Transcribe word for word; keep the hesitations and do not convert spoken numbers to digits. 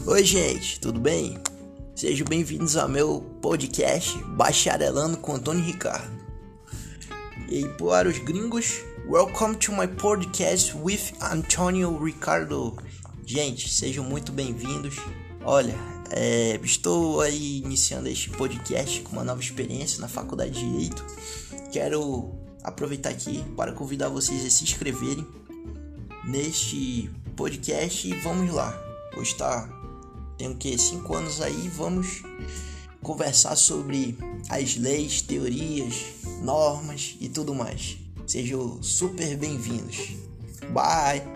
Oi, gente, tudo bem? Sejam bem-vindos ao meu podcast Bacharelando com Antônio Ricardo. E para os gringos, welcome to my podcast with Antônio Ricardo. Gente, sejam muito bem-vindos. Olha, é, estou aí iniciando este podcast com uma nova experiência na Faculdade de Direito. Quero aproveitar aqui para convidar vocês a se inscreverem neste podcast e vamos lá. Hoje tá, tenho que cinco anos aí, vamos conversar sobre as leis, teorias, normas e tudo mais. Sejam super bem-vindos. Bye!